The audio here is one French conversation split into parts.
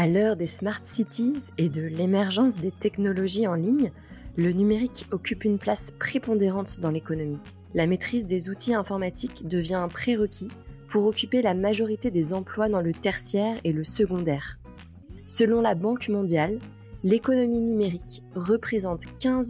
À l'heure des smart cities et de l'émergence des technologies en ligne, le numérique occupe une place prépondérante dans l'économie. La maîtrise des outils informatiques devient un prérequis pour occuper la majorité des emplois dans le tertiaire et le secondaire. Selon la Banque mondiale, l'économie numérique représente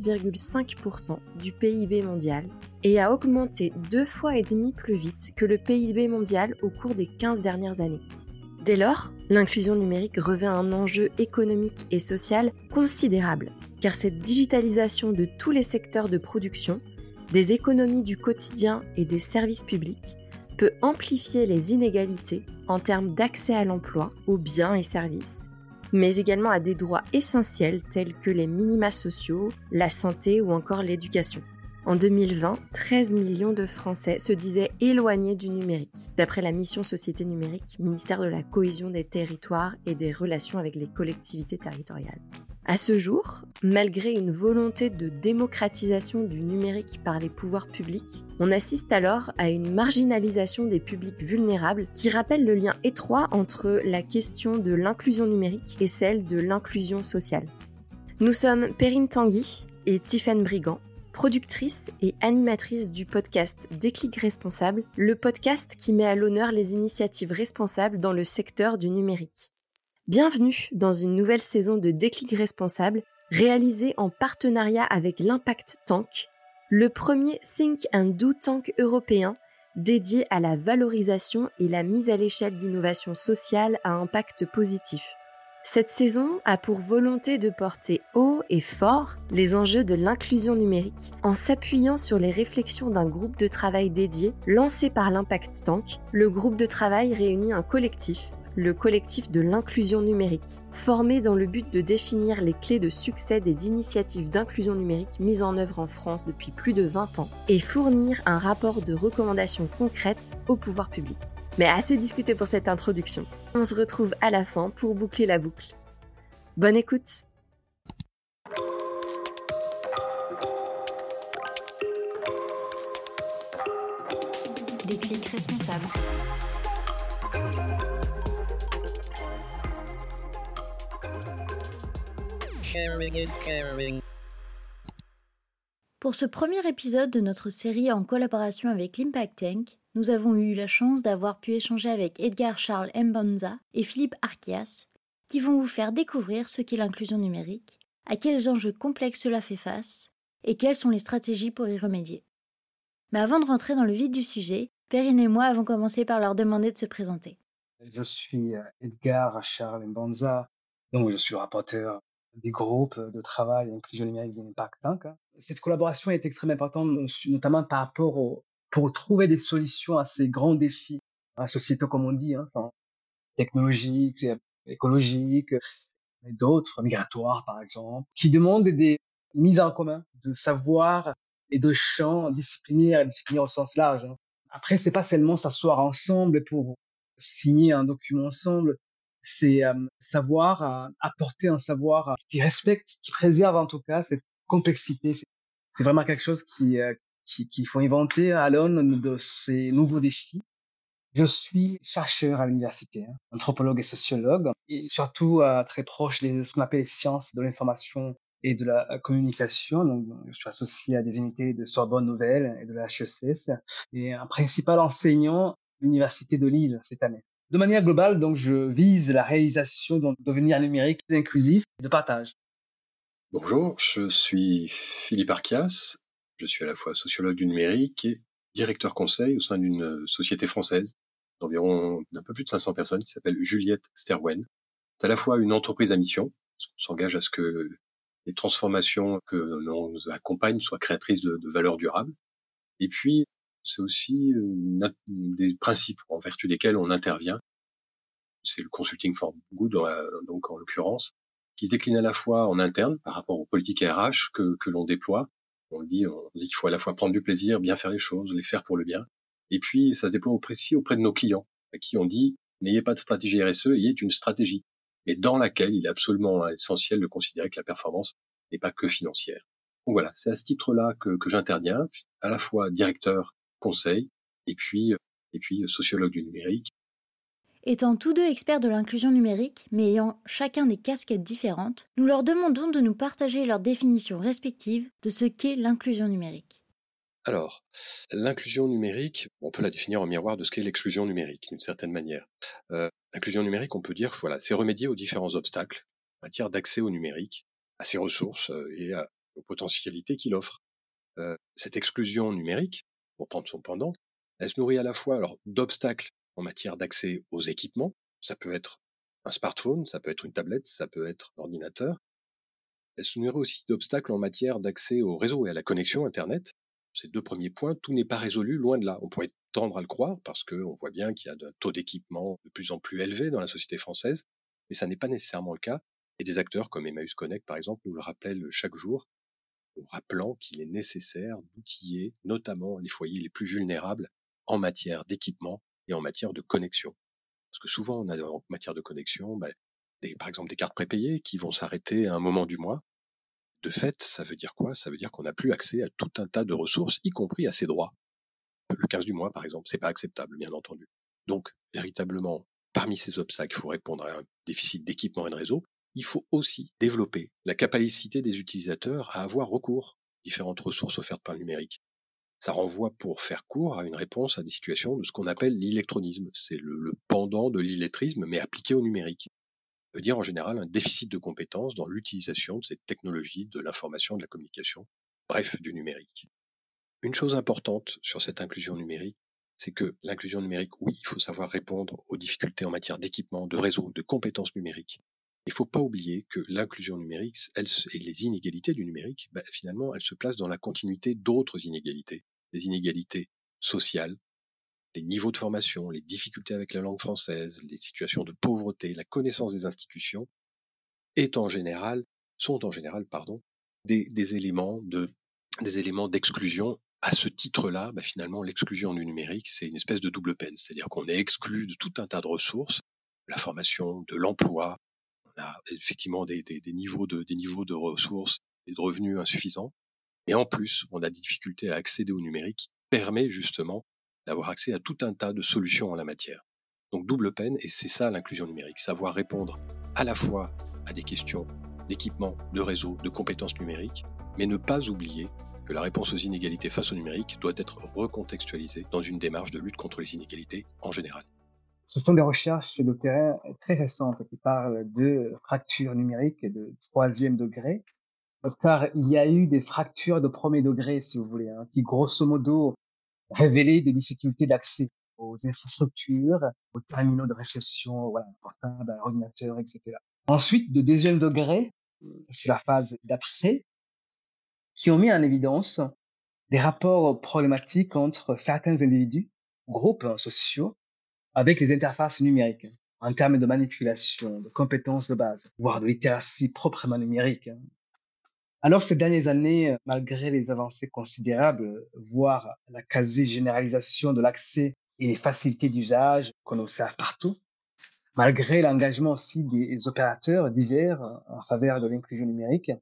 15,5% du PIB mondial et a augmenté 2,5 fois plus vite que le PIB mondial au cours des 15 dernières années. Dès lors, l'inclusion numérique revêt un enjeu économique et social considérable, car cette digitalisation de tous les secteurs de production, des économies du quotidien et des services publics peut amplifier les inégalités en termes d'accès à l'emploi, aux biens et services, mais également à des droits essentiels tels que les minima sociaux, la santé ou encore l'éducation. En 2020, 13 millions de Français se disaient éloignés du numérique, d'après la mission Société numérique, ministère de la Cohésion des territoires et des relations avec les collectivités territoriales. À ce jour, malgré une volonté de démocratisation du numérique par les pouvoirs publics, on assiste alors à une marginalisation des publics vulnérables qui rappelle le lien étroit entre la question de l'inclusion numérique et celle de l'inclusion sociale. Nous sommes Perrine Tanguy et Tiffaine Brigand, productrice et animatrice du podcast Déclic Responsable, le podcast qui met à l'honneur les initiatives responsables dans le secteur du numérique. Bienvenue dans une nouvelle saison de Déclic Responsable, réalisée en partenariat avec l'Impact Tank, le premier Think and Do Tank européen dédié à la valorisation et la mise à l'échelle d'innovations sociales à impact positif. Cette saison a pour volonté de porter haut et fort les enjeux de l'inclusion numérique en s'appuyant sur les réflexions d'un groupe de travail dédié lancé par l'Impact Tank. Le groupe de travail réunit un collectif, le collectif de l'inclusion numérique, formé dans le but de définir les clés de succès des initiatives d'inclusion numérique mises en œuvre en France depuis plus de 20 ans et fournir un rapport de recommandations concrètes au pouvoir public. Mais assez discuté pour cette introduction. On se retrouve à la fin pour boucler la boucle. Bonne écoute! Déclic responsable. Sharing is caring. Pour ce premier épisode de notre série en collaboration avec l'Impact Tank, nous avons eu la chance d'avoir pu échanger avec Edgar Charles Mbanza et Philippe Archias, qui vont vous faire découvrir ce qu'est l'inclusion numérique, à quels enjeux complexes cela fait face, et quelles sont les stratégies pour y remédier. Mais avant de rentrer dans le vif du sujet, Perrine et moi avons commencé par leur demander de se présenter. Je suis Edgar Charles Mbanza, donc je suis le rapporteur des groupes de travail et inclusion numérique de l'Impact Tank. Cette collaboration est extrêmement importante, notamment par rapport pour trouver des solutions à ces grands défis sociétaux, comme on dit, enfin, technologiques, écologiques, et d'autres, migratoires par exemple, qui demandent des mises en commun de savoir et de champs disciplinaires au sens large. Après, c'est pas seulement s'asseoir ensemble pour signer un document ensemble, c'est apporter un savoir qui respecte, qui préserve en tout cas cette complexité. C'est vraiment quelque chose qu'il faut inventer à l'aune de ces nouveaux défis. Je suis chercheur à l'université, anthropologue et sociologue, et surtout très proche de ce qu'on appelle les sciences de l'information et de la communication. Donc, je suis associé à des unités de Sorbonne Nouvelle et de la HECS, et un principal enseignant à l'université de Lille cette année. De manière globale, donc, je vise la réalisation d'un devenir numérique inclusif et de partage. Bonjour, je suis Philippe Archias. Je suis à la fois sociologue du numérique et directeur conseil au sein d'une société française d'environ d'un peu plus de 500 personnes qui s'appelle Juliette Sterwen. C'est à la fois une entreprise à mission. On s'engage à ce que les transformations que l'on accompagne soient créatrices de valeurs durables. Et puis, c'est aussi des principes en vertu desquels on intervient. C'est le consulting for good, donc en l'occurrence, qui se décline à la fois en interne par rapport aux politiques RH que l'on déploie. On dit qu'il faut à la fois prendre du plaisir, bien faire les choses, les faire pour le bien. Et puis, ça se déploie aussi auprès de nos clients, à qui on dit, n'ayez pas de stratégie RSE, ayez une stratégie, mais dans laquelle il est absolument essentiel de considérer que la performance n'est pas que financière. Donc voilà, c'est à ce titre-là que j'interviens, à la fois directeur conseil, et puis sociologue du numérique. Étant tous deux experts de l'inclusion numérique, mais ayant chacun des casquettes différentes, nous leur demandons de nous partager leurs définitions respectives de ce qu'est l'inclusion numérique. Alors, l'inclusion numérique, on peut la définir en miroir de ce qu'est l'exclusion numérique, d'une certaine manière. L'inclusion numérique, on peut dire, voilà, c'est remédier aux différents obstacles en matière d'accès au numérique, à ses ressources aux potentialités qu'il offre. Cette exclusion numérique, pour prendre son pendant, elle se nourrit à la fois alors d'obstacles en matière d'accès aux équipements. Ça peut être un smartphone, ça peut être une tablette, ça peut être un ordinateur. Elle se nourrit aussi d'obstacles en matière d'accès au réseau et à la connexion Internet. Ces deux premiers points, tout n'est pas résolu, loin de là. On pourrait tendre à le croire parce qu'on voit bien qu'il y a un taux d'équipement de plus en plus élevé dans la société française, mais ça n'est pas nécessairement le cas. Et des acteurs comme Emmaüs Connect, par exemple, nous le rappellent chaque jour, en rappelant qu'il est nécessaire d'outiller notamment les foyers les plus vulnérables en matière d'équipement et en matière de connexion. Parce que souvent, on a en matière de connexion, par exemple des cartes prépayées qui vont s'arrêter à un moment du mois. De fait, ça veut dire quoi? Ça veut dire qu'on n'a plus accès à tout un tas de ressources, y compris à ses droits. Le 15 du mois, par exemple, c'est pas acceptable, bien entendu. Donc, véritablement, parmi ces obstacles, il faut répondre à un déficit d'équipement et de réseau. Il faut aussi développer la capacité des utilisateurs à avoir recours aux différentes ressources offertes par le numérique. Ça renvoie, pour faire court, à une réponse à des situations de ce qu'on appelle l'électronisme. C'est le pendant de l'illettrisme, mais appliqué au numérique. Ça veut dire en général un déficit de compétences dans l'utilisation de cette technologie de l'information, de la communication, bref, du numérique. Une chose importante sur cette inclusion numérique, c'est que l'inclusion numérique, oui, il faut savoir répondre aux difficultés en matière d'équipement, de réseau, de compétences numériques. Il ne faut pas oublier que l'inclusion numérique et les inégalités du numérique, finalement, elles se placent dans la continuité d'autres inégalités. Des inégalités sociales, les niveaux de formation, les difficultés avec la langue française, les situations de pauvreté, la connaissance des institutions, sont en général des éléments d'exclusion. À ce titre-là, finalement, l'exclusion du numérique, c'est une espèce de double peine. C'est-à-dire qu'on est exclu de tout un tas de ressources, de la formation, de l'emploi. On a effectivement des niveaux de ressources et de revenus insuffisants. Et en plus, on a des difficultés à accéder au numérique qui permet justement d'avoir accès à tout un tas de solutions en la matière. Donc double peine, et c'est ça l'inclusion numérique, savoir répondre à la fois à des questions d'équipement, de réseau, de compétences numériques, mais ne pas oublier que la réponse aux inégalités face au numérique doit être recontextualisée dans une démarche de lutte contre les inégalités en général. Ce sont des recherches de terrain très récentes qui parlent de fractures numériques de troisième degré, car il y a eu des fractures de premier degré, si vous voulez, qui grosso modo révélaient des difficultés d'accès aux infrastructures, aux terminaux de réception, voilà, portables, ordinateurs, etc. Ensuite, de deuxième degré, c'est la phase d'après, qui ont mis en évidence des rapports problématiques entre certains individus, groupes sociaux, avec les interfaces numériques, en termes de manipulation, de compétences de base, voire de littératie proprement numérique. Alors, ces dernières années, malgré les avancées considérables, voire la quasi-généralisation de l'accès et les facilités d'usage qu'on observe partout, malgré l'engagement aussi des opérateurs divers en faveur de l'inclusion numérique,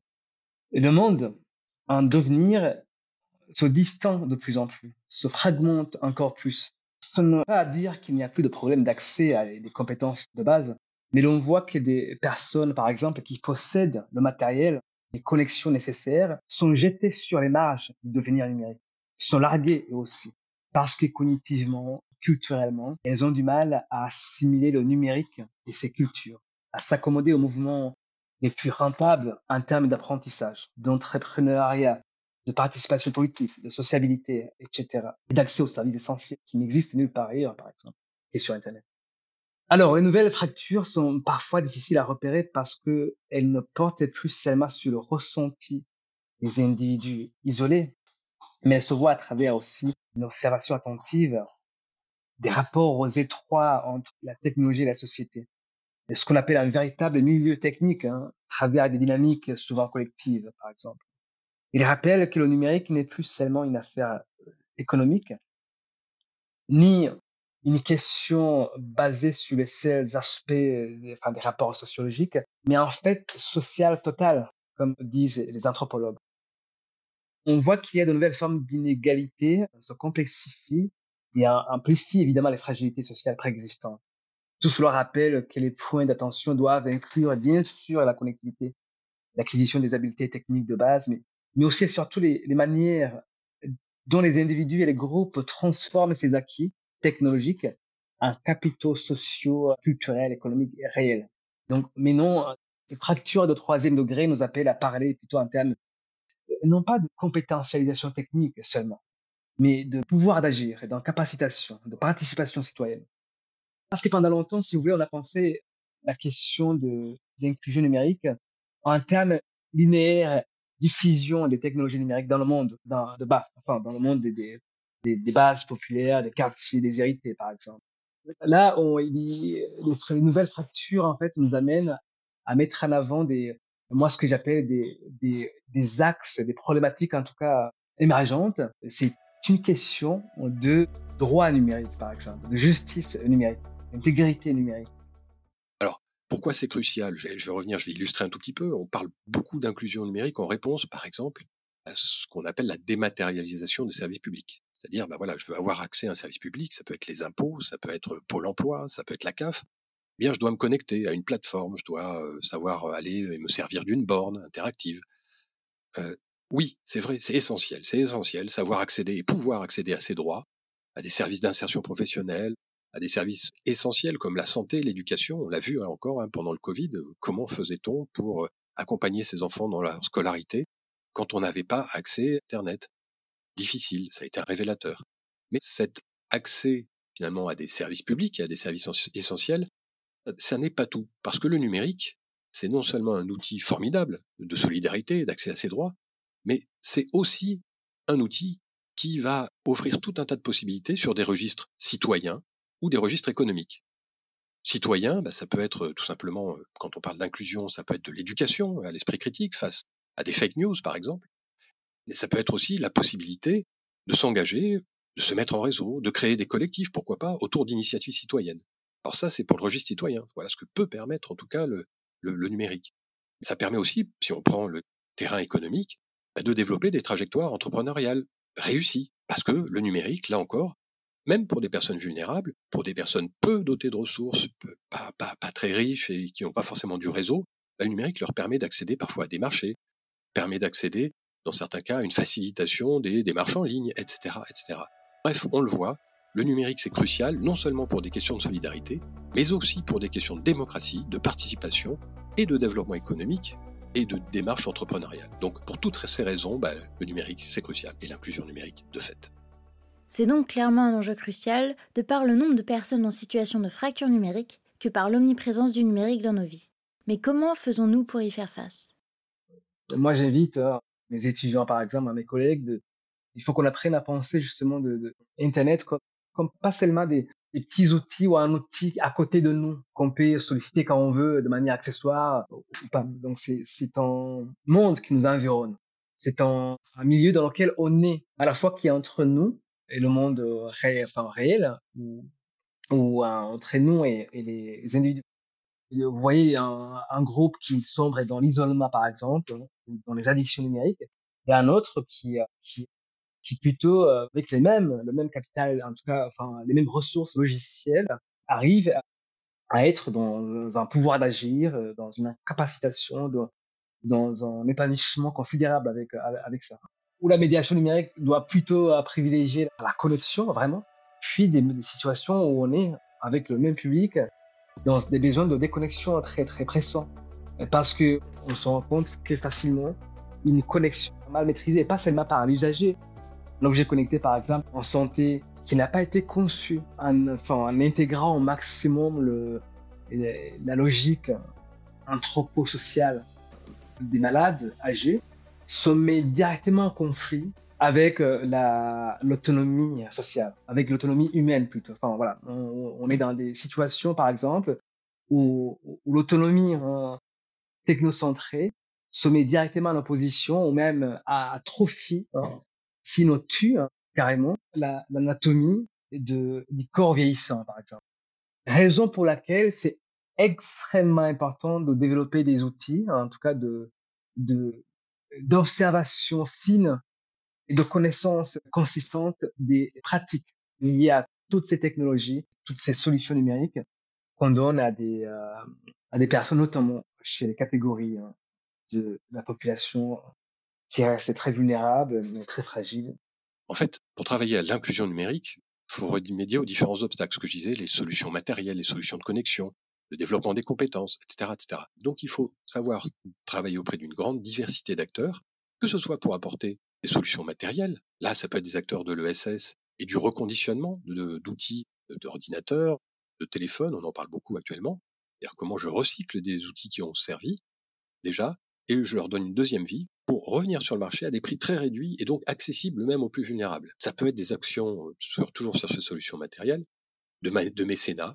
le monde en devenir se distend de plus en plus, se fragmente encore plus. Ce n'est pas à dire qu'il n'y a plus de problème d'accès à des compétences de base, mais l'on voit que des personnes, par exemple, qui possèdent le matériel, les connexions nécessaires, sont jetées sur les marges du devenir numérique, sont larguées eux aussi, parce que cognitivement, culturellement, elles ont du mal à assimiler le numérique et ses cultures, à s'accommoder aux mouvements les plus rentables en termes d'apprentissage, d'entrepreneuriat, de participation politique, de sociabilité, etc. Et d'accès aux services essentiels qui n'existent nulle part ailleurs, par exemple, et sur Internet. Alors, les nouvelles fractures sont parfois difficiles à repérer parce qu'elles ne portent plus seulement sur le ressenti des individus isolés, mais elles se voient à travers aussi une observation attentive des rapports étroits entre la technologie et la société. Et ce qu'on appelle un véritable milieu technique, à travers des dynamiques souvent collectives, par exemple. Il rappelle que le numérique n'est plus seulement une affaire économique, ni une question basée sur les seuls aspects des rapports sociologiques, mais en fait sociale totale, comme disent les anthropologues. On voit qu'il y a de nouvelles formes d'inégalité, se complexifient et amplifient évidemment les fragilités sociales préexistantes. Tout cela rappelle que les points d'attention doivent inclure bien sûr la connectivité, l'acquisition des habiletés techniques de base, mais aussi et surtout les manières dont les individus et les groupes transforment ces acquis technologiques en capitaux sociaux, culturels, économiques et réels. Donc, mais non, les fractures de troisième degré nous appellent à parler plutôt en termes, non pas de compétentialisation technique seulement, mais de pouvoir d'agir et d'incapacitation, de participation citoyenne. Parce que pendant longtemps, si vous voulez, on a pensé la question d'inclusion numérique en termes linéaires, diffusion des technologies numériques dans le monde, dans le monde des bases populaires, des quartiers déshérités, par exemple. Là, les nouvelles fractures, en fait, nous amènent à mettre en avant moi, ce que j'appelle des axes, des problématiques, en tout cas, émergentes. C'est une question de droit numérique, par exemple, de justice numérique, d'intégrité numérique. Alors, pourquoi c'est crucial? Je vais revenir, je vais illustrer un tout petit peu. On parle beaucoup d'inclusion numérique en réponse, par exemple, à ce qu'on appelle la dématérialisation des services publics. C'est-à-dire, voilà, je veux avoir accès à un service public, ça peut être les impôts, ça peut être Pôle emploi, ça peut être la CAF. Eh bien, je dois me connecter à une plateforme, je dois savoir aller et me servir d'une borne interactive. Oui, c'est vrai, c'est essentiel, savoir accéder et pouvoir accéder à ses droits, à des services d'insertion professionnelle, à des services essentiels comme la santé, l'éducation. On l'a vu encore pendant le Covid, comment faisait-on pour accompagner ses enfants dans leur scolarité quand on n'avait pas accès à Internet? Difficile, ça a été un révélateur. Mais cet accès finalement à des services publics et à des services essentiels, ça n'est pas tout. Parce que le numérique, c'est non seulement un outil formidable de solidarité, d'accès à ses droits, mais c'est aussi un outil qui va offrir tout un tas de possibilités sur des registres citoyens ou des registres économiques. Citoyen, ça peut être tout simplement, quand on parle d'inclusion, ça peut être de l'éducation à l'esprit critique face à des fake news, par exemple. Mais ça peut être aussi la possibilité de s'engager, de se mettre en réseau, de créer des collectifs, pourquoi pas, autour d'initiatives citoyennes. Alors ça, c'est pour le registre citoyen. Voilà ce que peut permettre en tout cas le numérique. Ça permet aussi, si on prend le terrain économique, de développer des trajectoires entrepreneuriales réussies. Parce que le numérique, là encore, même pour des personnes vulnérables, pour des personnes peu dotées de ressources, pas très riches et qui n'ont pas forcément du réseau, le numérique leur permet d'accéder parfois à des marchés, permet d'accéder, dans certains cas, à une facilitation des démarches en ligne, etc., etc. Bref, on le voit, le numérique c'est crucial, non seulement pour des questions de solidarité, mais aussi pour des questions de démocratie, de participation et de développement économique et de démarche entrepreneuriale. Donc pour toutes ces raisons, le numérique c'est crucial et l'inclusion numérique de fait. C'est donc clairement un enjeu crucial de par le nombre de personnes en situation de fracture numérique que par l'omniprésence du numérique dans nos vies. Mais comment faisons-nous pour y faire face? Moi, j'invite mes étudiants, par exemple, mes collègues, il faut qu'on apprenne à penser justement de Internet comme pas seulement des petits outils ou un outil à côté de nous qu'on peut solliciter quand on veut de manière accessoire ou pas. Donc c'est un monde qui nous environne. C'est un milieu dans lequel on est à la fois qui est entre nous et le monde réel ou entre nous et les individus. Vous voyez un groupe qui sombre dans l'isolement, par exemple, ou dans les addictions numériques, et un autre qui plutôt, avec le même capital, en tout cas, les mêmes ressources logicielles, arrive à être dans un pouvoir d'agir, dans une capacitation, dans un épanouissement considérable avec ça. Où la médiation numérique doit plutôt privilégier la connexion, vraiment, puis des situations où on est avec le même public, dans des besoins de déconnexion très très pressants, parce que on se rend compte que facilement une connexion mal maîtrisée, pas seulement par l'usager, l'objet connecté par exemple en santé qui n'a pas été conçu en intégrant au maximum la logique anthroposociale des malades âgés, se met directement en conflit avec l'autonomie sociale, avec l'autonomie humaine plutôt. On est dans des situations, par exemple, où l'autonomie technocentrée se met directement en opposition ou même atrophie, sinon tue carrément l'anatomie du corps vieillissant, par exemple. Raison pour laquelle c'est extrêmement important de développer des outils, en tout cas d'observation fine et de connaissances consistantes des pratiques liées à toutes ces technologies, toutes ces solutions numériques qu'on donne à des personnes, notamment chez les catégories de la population qui restent très vulnérables, mais très fragiles. En fait, pour travailler à l'inclusion numérique, il faut remédier aux différents obstacles, ce que je disais, les solutions matérielles, les solutions de connexion, le développement des compétences, etc., etc. Donc il faut savoir travailler auprès d'une grande diversité d'acteurs, que ce soit pour apporter des solutions matérielles, là ça peut être des acteurs de l'ESS et du reconditionnement d'outils, d'ordinateurs, de téléphones, on en parle beaucoup actuellement, c'est-à-dire comment je recycle des outils qui ont servi déjà, et je leur donne une deuxième vie pour revenir sur le marché à des prix très réduits et donc accessibles même aux plus vulnérables. Ça peut être des actions toujours sur ces solutions matérielles, de mécénat,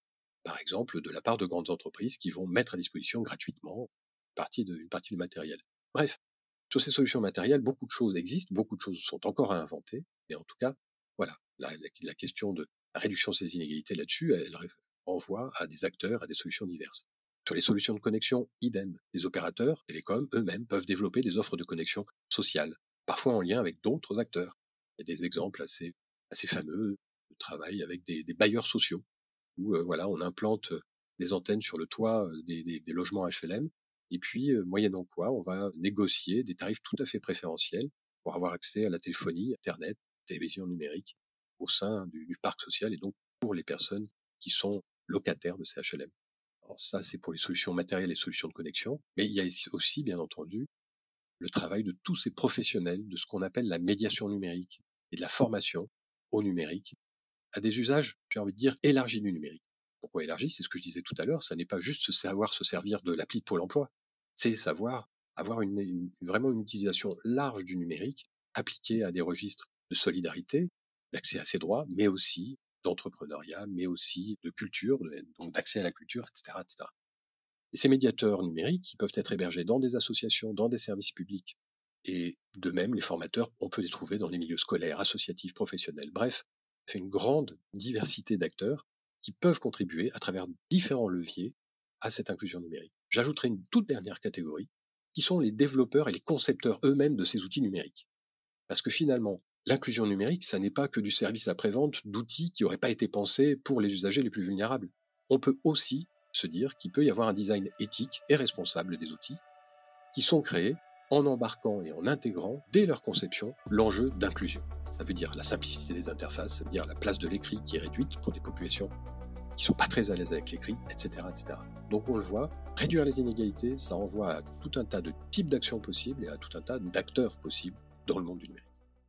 par exemple, de la part de grandes entreprises qui vont mettre à disposition gratuitement une partie du matériel. Bref, sur ces solutions matérielles, beaucoup de choses existent, beaucoup de choses sont encore à inventer, mais en tout cas, voilà, la question de la réduction de ces inégalités là-dessus, elle renvoie à des acteurs, à des solutions diverses. Sur les solutions de connexion, idem. Les opérateurs télécoms eux-mêmes peuvent développer des offres de connexion sociale, parfois en lien avec d'autres acteurs. Il y a des exemples assez fameux de travail avec des bailleurs sociaux, où voilà, on implante des antennes sur le toit des logements HLM, et puis moyennant quoi, on va négocier des tarifs tout à fait préférentiels pour avoir accès à la téléphonie, Internet, télévision numérique au sein du parc social, et donc pour les personnes qui sont locataires de ces HLM. Alors ça, c'est pour les solutions matérielles et solutions de connexion, mais il y a aussi, bien entendu, le travail de tous ces professionnels de ce qu'on appelle la médiation numérique et de la formation au numérique, à des usages, j'ai envie de dire, élargis du numérique. Pourquoi élargi? C'est ce que je disais tout à l'heure, ça n'est pas juste savoir se servir de l'appli de Pôle emploi, c'est savoir avoir vraiment une utilisation large du numérique, appliquée à des registres de solidarité, d'accès à ses droits, mais aussi d'entrepreneuriat, mais aussi de culture, donc d'accès à la culture, etc., etc. Et ces médiateurs numériques, ils peuvent être hébergés dans des associations, dans des services publics. Et de même, les formateurs, on peut les trouver dans les milieux scolaires, associatifs, professionnels. Bref, c'est une grande diversité d'acteurs qui peuvent contribuer à travers différents leviers à cette inclusion numérique. J'ajouterai une toute dernière catégorie, qui sont les développeurs et les concepteurs eux-mêmes de ces outils numériques. Parce que finalement, l'inclusion numérique, ça n'est pas que du service après-vente d'outils qui n'auraient pas été pensés pour les usagers les plus vulnérables. On peut aussi se dire qu'il peut y avoir un design éthique et responsable des outils qui sont créés en embarquant et en intégrant dès leur conception l'enjeu d'inclusion. Ça veut dire la simplicité des interfaces, ça veut dire la place de l'écrit qui est réduite pour des populations qui ne sont pas très à l'aise avec l'écrit, etc., etc. Donc on le voit, réduire les inégalités, ça envoie à tout un tas de types d'actions possibles et à tout un tas d'acteurs possibles dans le monde du numérique.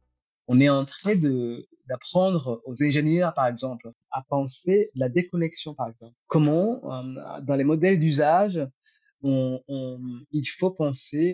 On est en train d'apprendre aux ingénieurs, par exemple, à penser la déconnexion, par exemple. Comment, dans les modèles d'usage, il faut penser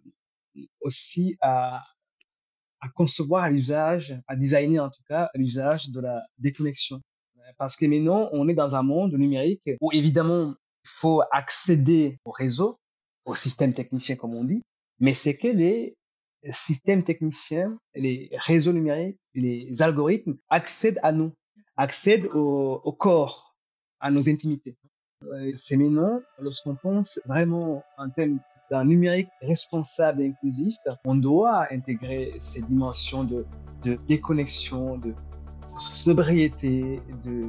aussi à concevoir l'usage, à designer en tout cas l'usage de la déconnexion. Parce que maintenant, on est dans un monde numérique où évidemment, il faut accéder au réseau, au système technicien comme on dit, mais c'est que les systèmes techniciens, les réseaux numériques, les algorithmes accèdent à nous, accèdent au corps, à nos intimités. C'est maintenant, lorsqu'on pense vraiment en termes d'un numérique responsable et inclusif, on doit intégrer ces dimensions de déconnexion, de sobriété,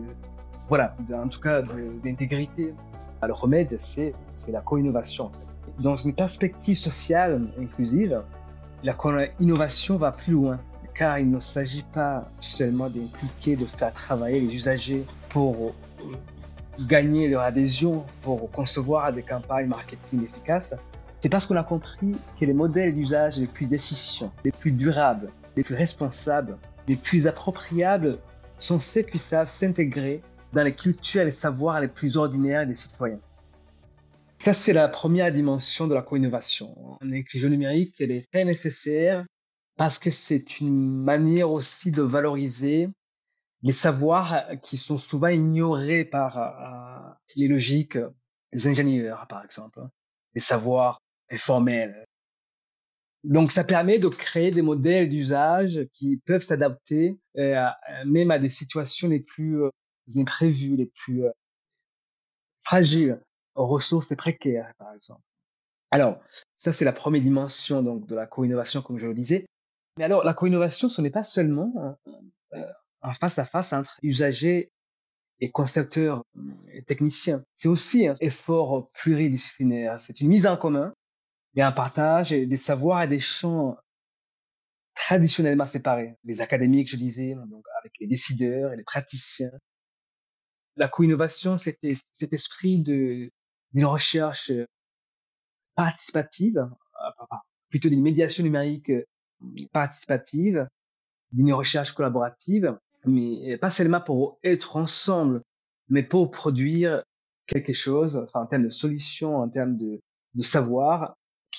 en tout cas d'intégrité. Le remède, c'est la co-innovation. Dans une perspective sociale inclusive, la co-innovation va plus loin, car il ne s'agit pas seulement d'impliquer, de faire travailler les usagers pour gagner leur adhésion, pour concevoir des campagnes marketing efficaces. C'est parce qu'on a compris que les modèles d'usage les plus efficients, les plus durables, les plus responsables, les plus appropriables sont ceux qui savent s'intégrer dans les cultures et les savoirs les plus ordinaires des citoyens. Ça, c'est la première dimension de la co-innovation. L'inclusion numérique, elle est très nécessaire parce que c'est une manière aussi de valoriser les savoirs qui sont souvent ignorés par les logiques des ingénieurs, par exemple, les savoirs informels. Donc, ça permet de créer des modèles d'usage qui peuvent s'adapter même à des situations les plus imprévues, les plus fragiles, aux ressources précaires, par exemple. Alors, ça, c'est la première dimension donc de la co-innovation, comme je le disais. Mais alors, la co-innovation, ce n'est pas seulement un face-à-face entre usagers et concepteur et technicien. C'est aussi un effort pluridisciplinaire. C'est une mise en commun et un partage des savoirs et des champs traditionnellement séparés. Les académiques, je disais, donc avec les décideurs et les praticiens. La co-innovation, c'était cet esprit d'une recherche participative, plutôt d'une médiation numérique participative, d'une recherche collaborative, mais pas seulement pour être ensemble, mais pour produire quelque chose, enfin, en termes de solutions, en termes de savoir,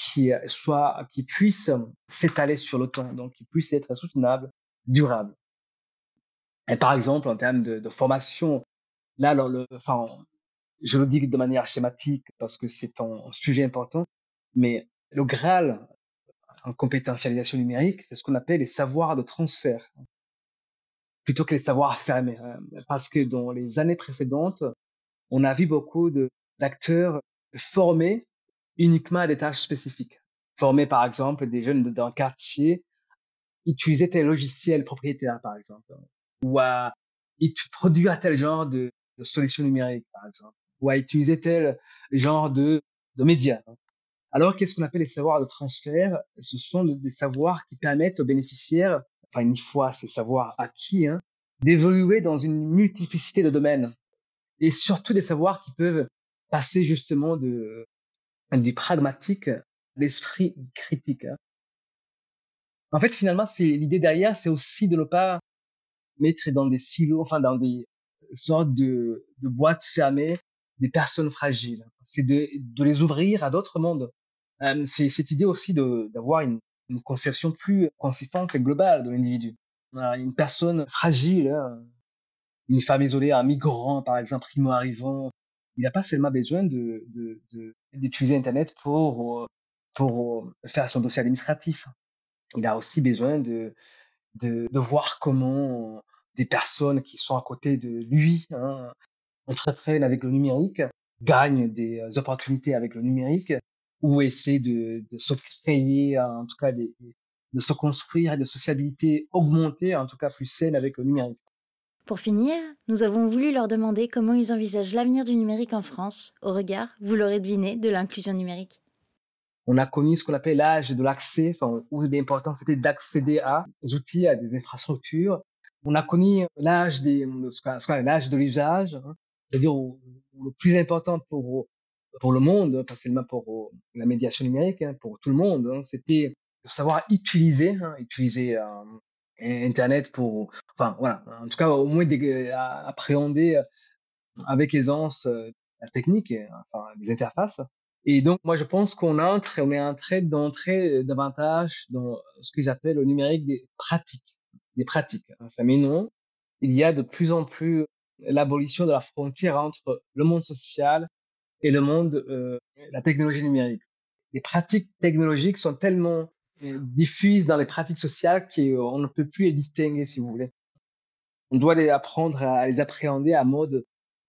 qui puisse s'étaler sur le temps, donc qui puisse être soutenable, durable. Et par exemple, en termes de formation, là, enfin, je le dis de manière schématique parce que c'est un sujet important, mais le Graal en compétentialisation numérique, c'est ce qu'on appelle les savoirs de transfert, plutôt que les savoirs fermés. Parce que dans les années précédentes, on a vu beaucoup d'acteurs formés uniquement à des tâches spécifiques. Formés, par exemple, des jeunes d'un quartier utiliser tel logiciel propriétaire, par exemple, ou à produire tel genre de solution numérique, par exemple, ou à utiliser tel genre de médias. Alors, qu'est-ce qu'on appelle les savoirs de transfert? Ce sont des savoirs qui permettent aux bénéficiaires, enfin, une fois ces savoirs acquis, d'évoluer dans une multiplicité de domaines. Et surtout des savoirs qui peuvent passer justement du pragmatique à l'esprit critique. En fait, finalement, c'est l'idée derrière, c'est aussi de ne pas mettre dans des silos, enfin dans des sortes de boîtes fermées des personnes fragiles. C'est de les ouvrir à d'autres mondes. C'est cette idée aussi d'avoir une conception plus consistante et globale de l'individu. Une personne fragile, une femme isolée, un migrant par exemple, primo-arrivant, il n'a pas seulement besoin d'utiliser Internet pour faire son dossier administratif. Il a aussi besoin de voir comment des personnes qui sont à côté de lui entreprennent avec le numérique, gagnent des opportunités avec le numérique, ou essaient de se créer, en tout cas, de se construire des sociabilités augmentées, en tout cas plus saines avec le numérique. Pour finir, nous avons voulu leur demander comment ils envisagent l'avenir du numérique en France, au regard, vous l'aurez deviné, de l'inclusion numérique. On a connu ce qu'on appelle l'âge de l'accès, enfin, où l'important c'était d'accéder à des outils, à des infrastructures. On a connu l'âge ce qu'on appelle l'âge de l'usage, c'est-à-dire où le plus important pour le monde, pas seulement pour la médiation numérique, pour tout le monde, c'était de savoir utiliser Internet enfin voilà, en tout cas au moins appréhender avec aisance la technique, enfin les interfaces. Et donc moi je pense on est en train d'entrer davantage dans ce que j'appelle le numérique des pratiques. Enfin, mais non, il y a de plus en plus l'abolition de la frontière entre le monde social et le monde, la technologie numérique. Les pratiques technologiques sont tellement diffuses dans les pratiques sociales qu'on ne peut plus les distinguer, si vous voulez. On doit les apprendre à les appréhender à mode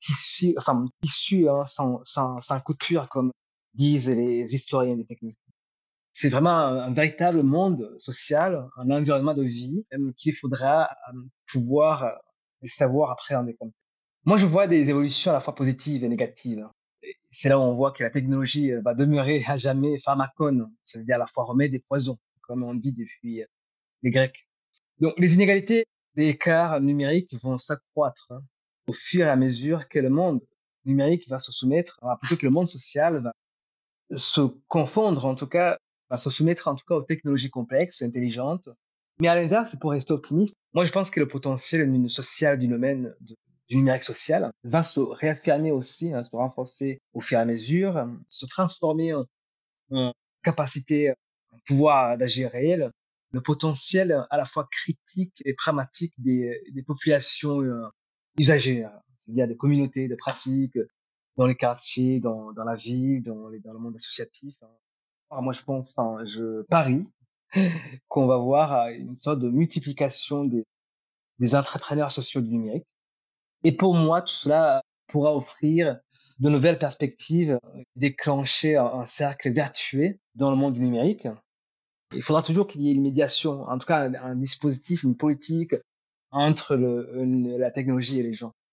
tissu sans couture, comme disent les historiens des techniques. C'est vraiment un véritable monde social, un environnement de vie qu'il faudra pouvoir savoir appréhender comme. Moi, je vois des évolutions à la fois positives et négatives. Et c'est là où on voit que la technologie va demeurer à jamais pharmacone, c'est-à-dire à la fois remède et poison, comme on dit depuis les Grecs. Donc, les inégalités des écarts numériques vont s'accroître au fur et à mesure que le monde numérique va se soumettre, plutôt que le monde social va se confondre, en tout cas, va se soumettre en tout cas aux technologies complexes, intelligentes. Mais à l'inverse, pour rester optimiste, moi je pense que le potentiel social du domaine du numérique social va se réaffirmer aussi, se renforcer au fur et à mesure, se transformer en capacité, en pouvoir d'agir réel, le potentiel à la fois critique et pragmatique des populations usagères, c'est-à-dire des communautés de pratiques dans les quartiers, dans la ville, dans le monde associatif. Alors moi, je parie qu'on va voir une sorte de multiplication des entrepreneurs sociaux du numérique. Et pour moi, tout cela pourra offrir de nouvelles perspectives, déclencher un cercle vertueux dans le monde du numérique. Il faudra toujours qu'il y ait une médiation, en tout cas un dispositif, une politique entre la technologie et les gens.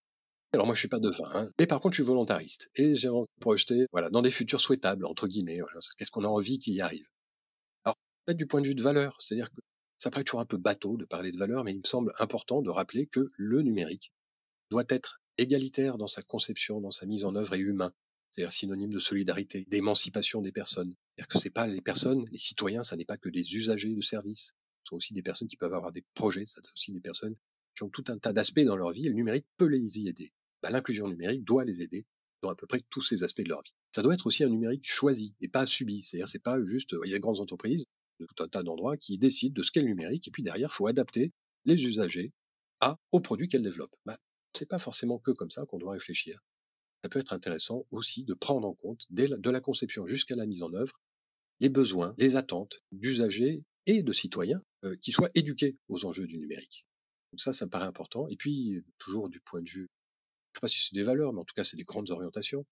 Alors moi, je suis pas devin, hein, mais par contre, je suis volontariste. Et j'ai envie de projeter, voilà, dans des futurs souhaitables, entre guillemets, voilà, qu'est-ce qu'on a envie qu'il y arrive. Alors, peut-être du point de vue de valeur, c'est-à-dire que ça paraît toujours un peu bateau de parler de valeur, mais il me semble important de rappeler que le numérique doit être égalitaire dans sa conception, dans sa mise en œuvre et humain. C'est-à-dire synonyme de solidarité, d'émancipation des personnes. C'est-à-dire que c'est pas les personnes, les citoyens, ça n'est pas que des usagers de services. Ce sont aussi des personnes qui peuvent avoir des projets, ça c'est aussi des personnes qui ont tout un tas d'aspects dans leur vie et le numérique peut les y aider. L'inclusion numérique doit les aider dans à peu près tous ces aspects de leur vie. Ça doit être aussi un numérique choisi et pas subi. C'est-à-dire c'est pas juste, il y a des grandes entreprises de tout un tas d'endroits qui décident de ce qu'est le numérique et puis derrière, il faut adapter les usagers aux produits qu'elles développent. C'est pas forcément que comme ça qu'on doit réfléchir. Ça peut être intéressant aussi de prendre en compte, de la conception jusqu'à la mise en œuvre, les besoins, les attentes d'usagers et de citoyens qui soient éduqués aux enjeux du numérique. Donc ça me paraît important. Et puis, toujours du point de vue, je sais pas si c'est des valeurs, mais en tout cas, c'est des grandes orientations.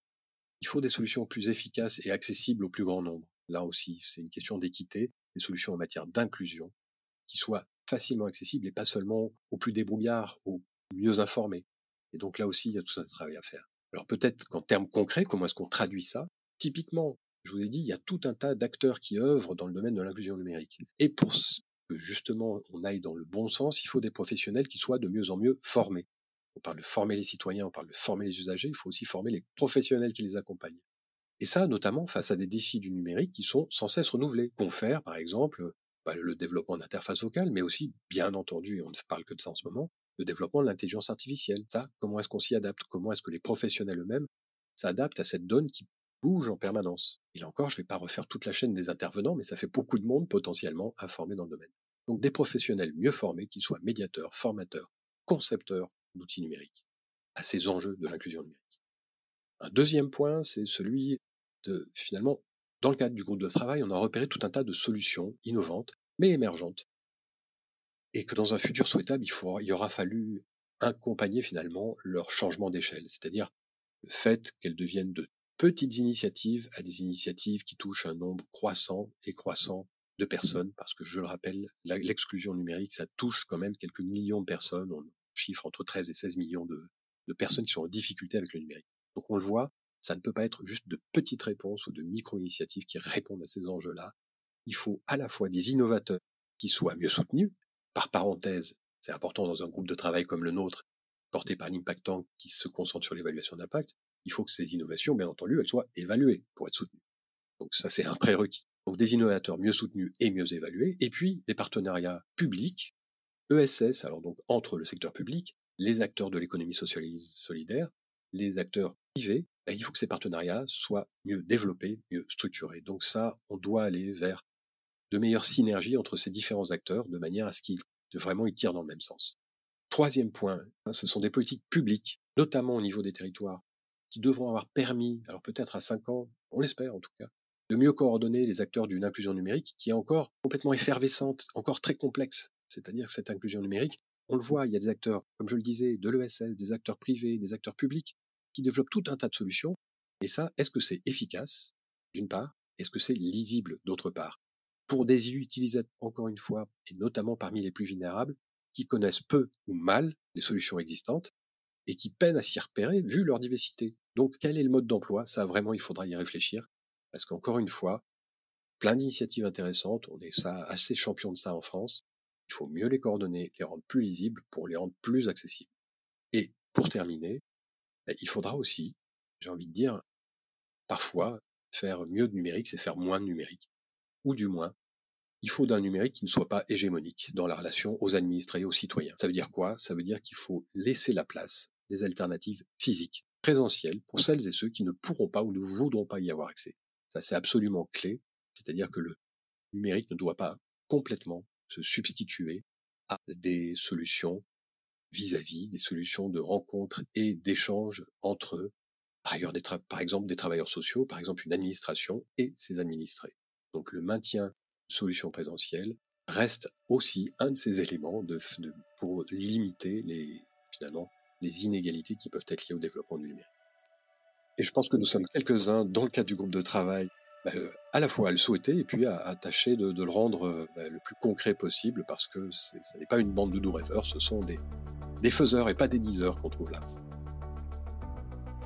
Il faut des solutions plus efficaces et accessibles au plus grand nombre. Là aussi, c'est une question d'équité, des solutions en matière d'inclusion qui soient facilement accessibles et pas seulement aux plus débrouillards, aux mieux informés. Et donc là aussi, il y a tout ça de travail à faire. Alors peut-être qu'en termes concrets, comment est-ce qu'on traduit ça? Typiquement, je vous l'ai dit, il y a tout un tas d'acteurs qui œuvrent dans le domaine de l'inclusion numérique. Et pour que justement on aille dans le bon sens, il faut des professionnels qui soient de mieux en mieux formés. On parle de former les citoyens, on parle de former les usagers, il faut aussi former les professionnels qui les accompagnent. Et ça, notamment face à des défis du numérique qui sont sans cesse renouvelés. Confère, par exemple, le développement d'interfaces vocales, mais aussi, bien entendu, et on ne parle que de ça en ce moment, le développement de l'intelligence artificielle. Ça, comment est-ce qu'on s'y adapte? Comment est-ce que les professionnels eux-mêmes s'adaptent à cette donne qui bouge en permanence? Et là encore, je ne vais pas refaire toute la chaîne des intervenants, mais ça fait beaucoup de monde potentiellement informé dans le domaine. Donc des professionnels mieux formés, qui soient médiateurs, formateurs, concepteurs d'outils numériques, à ces enjeux de l'inclusion numérique. Un deuxième point, c'est celui de, finalement, dans le cadre du groupe de travail, on a repéré tout un tas de solutions innovantes, mais émergentes, et que dans un futur souhaitable, il aura fallu accompagner finalement leur changement d'échelle, c'est-à-dire le fait qu'elles deviennent de petites initiatives à des initiatives qui touchent un nombre croissant et croissant de personnes, parce que je le rappelle, l'exclusion numérique, ça touche quand même quelques millions de personnes, on chiffre entre 13 et 16 millions de personnes qui sont en difficulté avec le numérique. Donc on le voit, ça ne peut pas être juste de petites réponses ou de micro-initiatives qui répondent à ces enjeux-là. Il faut à la fois des innovateurs qui soient mieux soutenus. Par parenthèse, c'est important dans un groupe de travail comme le nôtre, porté par l'Impact Tank qui se concentre sur l'évaluation d'impact, il faut que ces innovations, bien entendu, elles soient évaluées pour être soutenues. Donc ça, c'est un prérequis. Donc des innovateurs mieux soutenus et mieux évalués, et puis des partenariats publics, ESS, alors donc entre le secteur public, les acteurs de l'économie sociale et solidaire, les acteurs privés, il faut que ces partenariats soient mieux développés, mieux structurés. Donc ça, on doit aller vers de meilleures synergies entre ces différents acteurs, de manière à ce qu'ils vraiment ils tirent dans le même sens. Troisième point, ce sont des politiques publiques, notamment au niveau des territoires, qui devront avoir permis, alors peut-être à 5 ans, on l'espère en tout cas, de mieux coordonner les acteurs d'une inclusion numérique qui est encore complètement effervescente, encore très complexe. C'est-à-dire que cette inclusion numérique, on le voit, il y a des acteurs, comme je le disais, de l'ESS, des acteurs privés, des acteurs publics, qui développent tout un tas de solutions. Et ça, est-ce que c'est efficace, d'une part? Est-ce que c'est lisible, d'autre part? Pour des utilisateurs, encore une fois, et notamment parmi les plus vulnérables, qui connaissent peu ou mal les solutions existantes et qui peinent à s'y repérer vu leur diversité. Donc, quel est le mode d'emploi? Ça, vraiment, il faudra y réfléchir. Parce qu'encore une fois, plein d'initiatives intéressantes, on est assez champion de ça en France. Il faut mieux les coordonner, les rendre plus lisibles pour les rendre plus accessibles. Et pour terminer, il faudra aussi, j'ai envie de dire, parfois, faire mieux de numérique, c'est faire moins de numérique. Ou du moins, il faut d'un numérique qui ne soit pas hégémonique dans la relation aux administrés et aux citoyens. Ça veut dire quoi? Ça veut dire qu'il faut laisser la place des alternatives physiques, présentielles, pour celles et ceux qui ne pourront pas ou ne voudront pas y avoir accès. Ça, c'est absolument clé. C'est-à-dire que le numérique ne doit pas complètement se substituer à des solutions vis-à-vis, des solutions de rencontres et d'échanges entre, par exemple, des travailleurs sociaux, par exemple une administration et ses administrés. Donc le maintien de solutions présentielles reste aussi un de ces éléments pour limiter les inégalités qui peuvent être liées au développement du numérique. Et je pense que nous sommes quelques-uns dans le cadre du groupe de travail à la fois à le souhaiter et puis à tâcher de le rendre le plus concret possible, parce que ça n'est pas une bande de doux rêveurs, ce sont des faiseurs et pas des diseurs qu'on trouve là.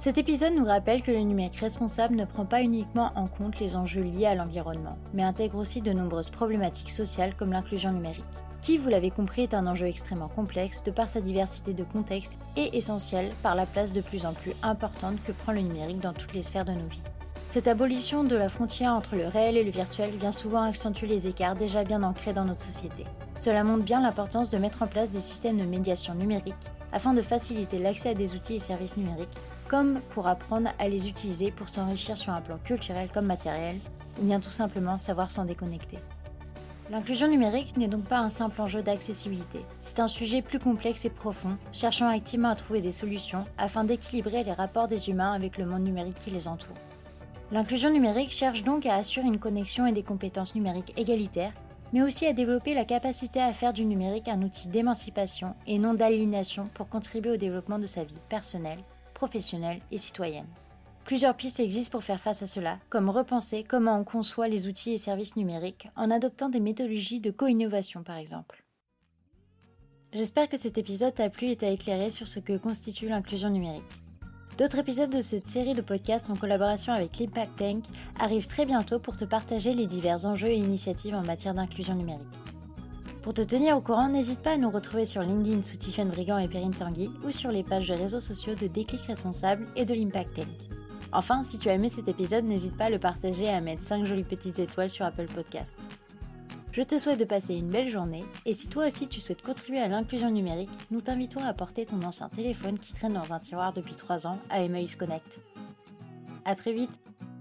Cet épisode nous rappelle que le numérique responsable ne prend pas uniquement en compte les enjeux liés à l'environnement, mais intègre aussi de nombreuses problématiques sociales comme l'inclusion numérique, qui, vous l'avez compris, est un enjeu extrêmement complexe de par sa diversité de contextes et essentiel par la place de plus en plus importante que prend le numérique dans toutes les sphères de nos vies. Cette abolition de la frontière entre le réel et le virtuel vient souvent accentuer les écarts déjà bien ancrés dans notre société. Cela montre bien l'importance de mettre en place des systèmes de médiation numérique afin de faciliter l'accès à des outils et services numériques, comme pour apprendre à les utiliser pour s'enrichir sur un plan culturel comme matériel, ou bien tout simplement savoir s'en déconnecter. L'inclusion numérique n'est donc pas un simple enjeu d'accessibilité, c'est un sujet plus complexe et profond, cherchant activement à trouver des solutions afin d'équilibrer les rapports des humains avec le monde numérique qui les entoure. L'inclusion numérique cherche donc à assurer une connexion et des compétences numériques égalitaires, mais aussi à développer la capacité à faire du numérique un outil d'émancipation et non d'aliénation pour contribuer au développement de sa vie personnelle, professionnelle et citoyenne. Plusieurs pistes existent pour faire face à cela, comme repenser comment on conçoit les outils et services numériques en adoptant des méthodologies de co-innovation par exemple. J'espère que cet épisode t'a plu et t'a éclairé sur ce que constitue l'inclusion numérique. D'autres épisodes de cette série de podcasts en collaboration avec l'Impact Tank arrivent très bientôt pour te partager les divers enjeux et initiatives en matière d'inclusion numérique. Pour te tenir au courant, n'hésite pas à nous retrouver sur LinkedIn sous Tiffaine Brigand et Perrine Tanguy ou sur les pages de réseaux sociaux de Déclic Responsable et de l'Impact Tank. Enfin, si tu as aimé cet épisode, n'hésite pas à le partager et à mettre 5 jolies petites étoiles sur Apple Podcasts. Je te souhaite de passer une belle journée et si toi aussi tu souhaites contribuer à l'inclusion numérique, nous t'invitons à porter ton ancien téléphone qui traîne dans un tiroir depuis 3 ans à Emmaüs Connect. À très vite!